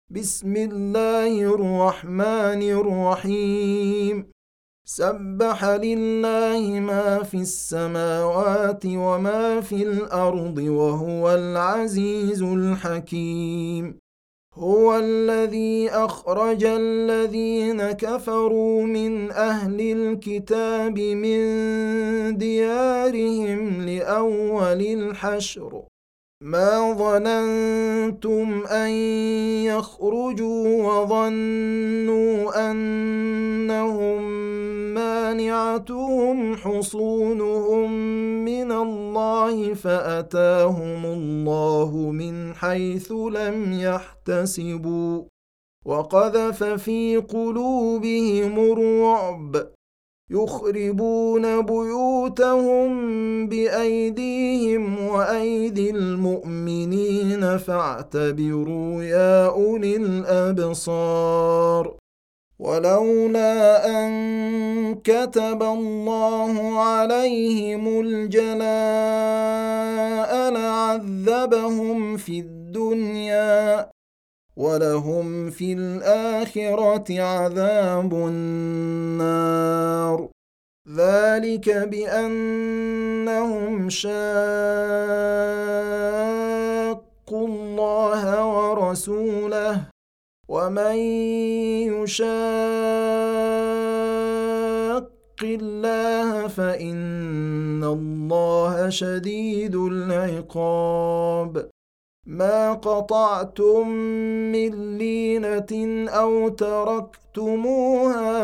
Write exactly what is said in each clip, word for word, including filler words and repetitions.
بسم الله الرحمن الرحيم. سبح لله ما في السماوات وما في الأرض وهو العزيز الحكيم. هو الذي أخرج الذين كفروا من أهل الكتاب من ديارهم لأول الحشر ما ظننتم أن يخرجوا وظنوا أنهم مانعتهم حصونهم من الله فأتاهم الله من حيث لم يحتسبوا وقذف في قلوبهم الرعب يخربون بيوتهم بأيديهم وأيدي المؤمنين فاعتبروا يا أولي الأبصار. ولولا أن كتب الله عليهم الجلاء لعذبهم في الدنيا ولهم في الآخرة عذاب النار. ذلك بأنهم شاقوا الله ورسوله ومن يشاق الله فإن الله شديد العقاب. ما قطعتم من لينة أو تركتموها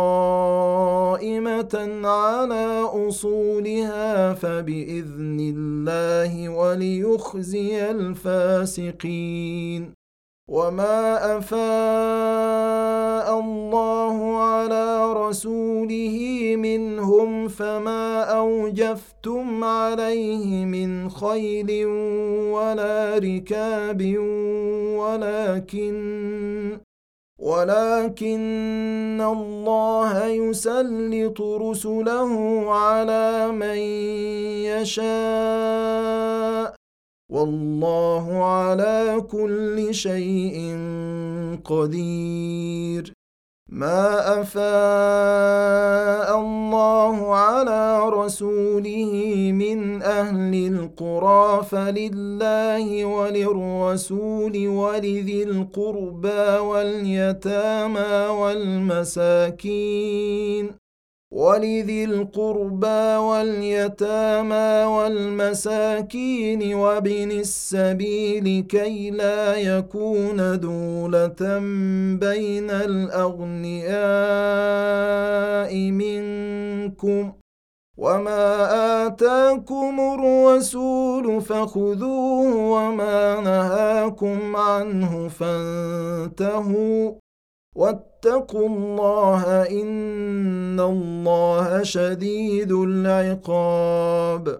قائمة على أصولها فبإذن الله وليخزي الفاسقين. وما أفاء الله على رسوله منهم فما أوجفتم عليه من خيل ولا ركاب ولكن ولكن الله يسلط رسله على من يشاء والله على كل شيء قدير. ما أفاء الله على رسوله من أهل القرى فلله وللرسول ولذي القربى واليتامى والمساكين ولذي القربى واليتامى والمساكين وابن السبيل كي لا يكون دولة بين الأغنياء منكم. وما آتاكم الرسول فخذوه وما نهاكم عنه فانتهوا واتقوا الله إن الله شديد العقاب.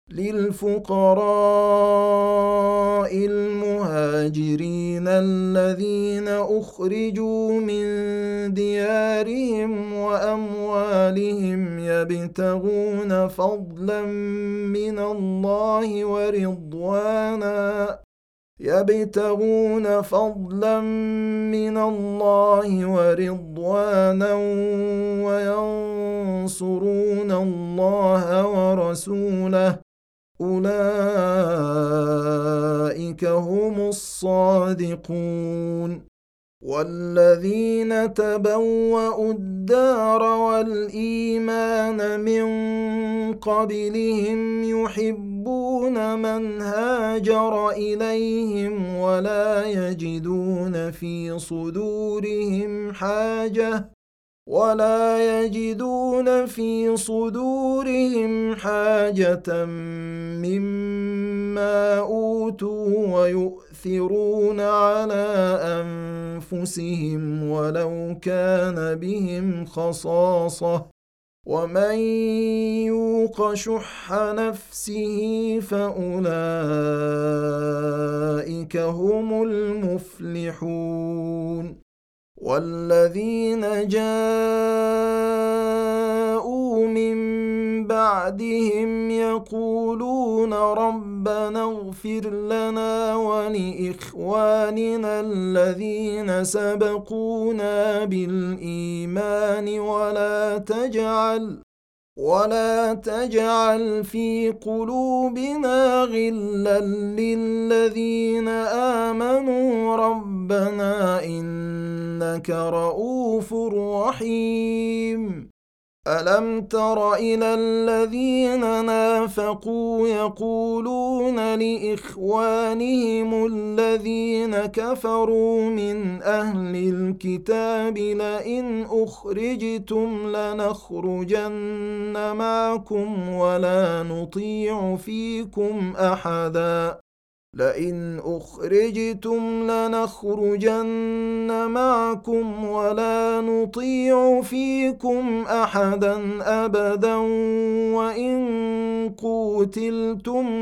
للفقراء المهاجرين الذين أخرجوا من ديارهم وأموالهم يبتغون فضلا من الله ورضوانا يبتغون فضلا من الله ورضوانا وينصرون الله ورسوله أولئك هم الصادقون. والذين تبوأوا الدار والإيمان من قبلهم يحبون من هاجر إليهم ولا يجدون في صدورهم حاجة ولا يجدون في صدورهم حاجة مما أوتوا ويؤثرون على أنفسهم ولو كان بهم خصاصة ومن يوق شح نفسه فأولئك هم المفلحون. والذين جاءوا من بعد بعدهم يقولون ربنا اغفر لنا ولإخواننا الذين سبقونا بالإيمان ولا تجعل ولا تجعل في قلوبنا غلا للذين آمنوا ربنا إنك رؤوف رحيم. ألم تر إلى الذين نافقوا يقولون لإخوانهم الذين كفروا من أهل الكتاب لئن أخرجتم لنخرجن معكم ولا نطيع فيكم أحدا لئن أخرجتم لنخرجن معكم ولا نطيع فيكم أحدا أبدا وإن قوتلتم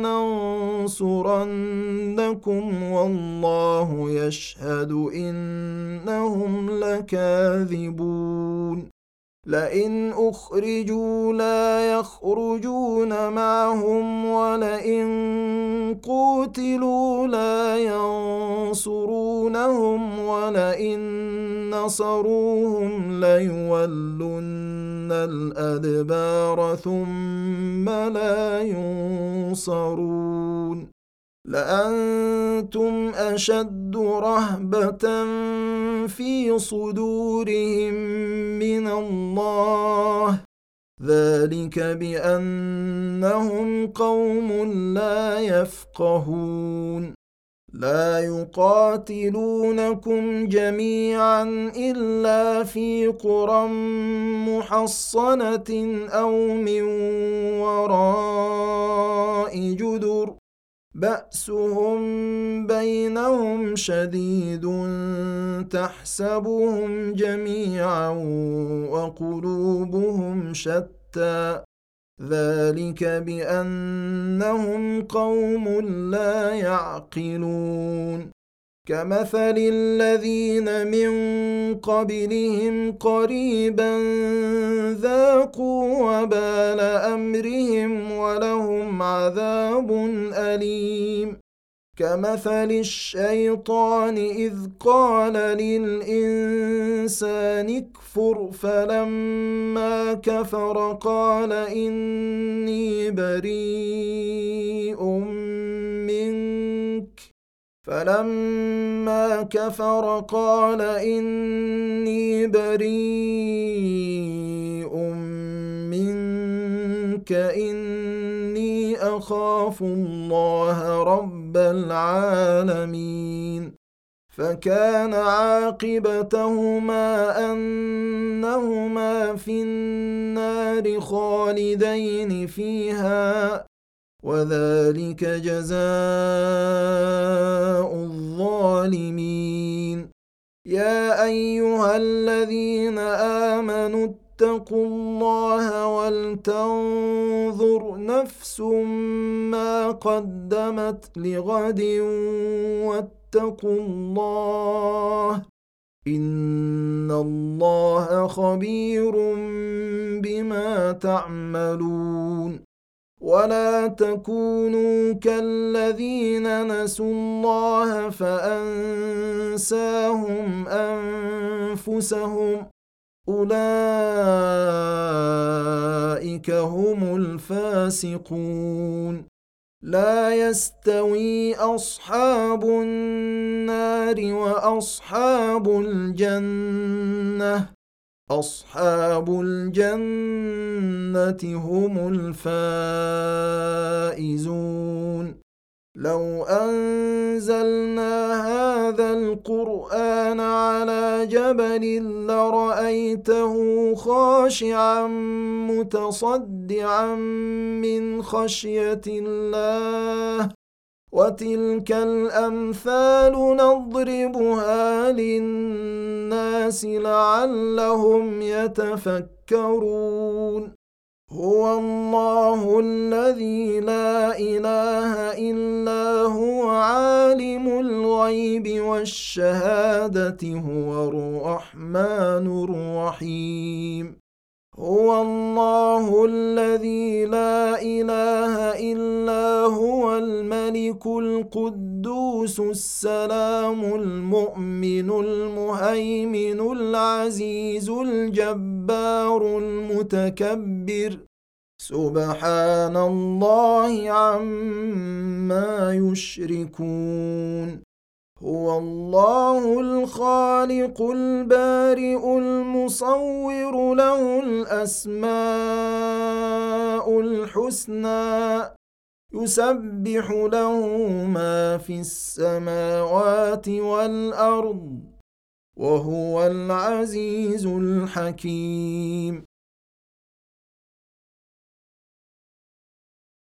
لننصرنكم والله يشهد إنهم لكاذبون. لئن أخرجوا لا يخرجون معهم ولئن قوتلوا لا ينصرونهم ولئن نصروهم ليولن الأدبار ثم لا ينصرون. لأنتم أشد رهبة في صدورهم من الله ذلك بأنهم قوم لا يفقهون. لا يقاتلونكم جميعا إلا في قرى محصنة أو من وراء جدر بأسهم بينهم شديد تحسبهم جميعا وقلوبهم شتى ذلك بأنهم قوم لا يعقلون. كمثل الذين من قبلهم قريبا ذاقوا وبال أمرهم ولهم عذاب أليم. كمثل الشيطان إذ قال للإنسان اكفر فلما كفر قال إني بريء منك فلما كفر قال إني بريء منك إني أخاف الله رب العالمين. فكان عاقبتهما أنهما في النار خالدين فيها وذلك جزاء الظالمين. يا أيها الذين آمنوا اتقوا الله ولتنظر نفس ما قدمت لغد واتقوا الله إن الله خبير بما تعملون. ولا تكونوا كالذين نسوا الله فأنساهم أنفسهم أولئك هم الفاسقون. لا يستوي أصحاب النار وأصحاب الجنة أصحاب الجنة هم الفائزون. لو أنزلنا هذا القرآن على جبل لرأيته خاشعا متصدعا من خشية الله وتلك الأمثال نضربها للناس لعلهم يتفكرون. هو الله الذي لا إله إلا هو عالم الغيب والشهادة هو الرحمن الرحيم. هو الله الذي لا إله إلا هو الملك القدوس السلام المؤمن المهيمن العزيز الجبار المتكبر سبحان الله عما يشركون هو الله الخالق البارئ المصور له الأسماء الحسنى يسبح له ما في السماوات والأرض وهو العزيز الحكيم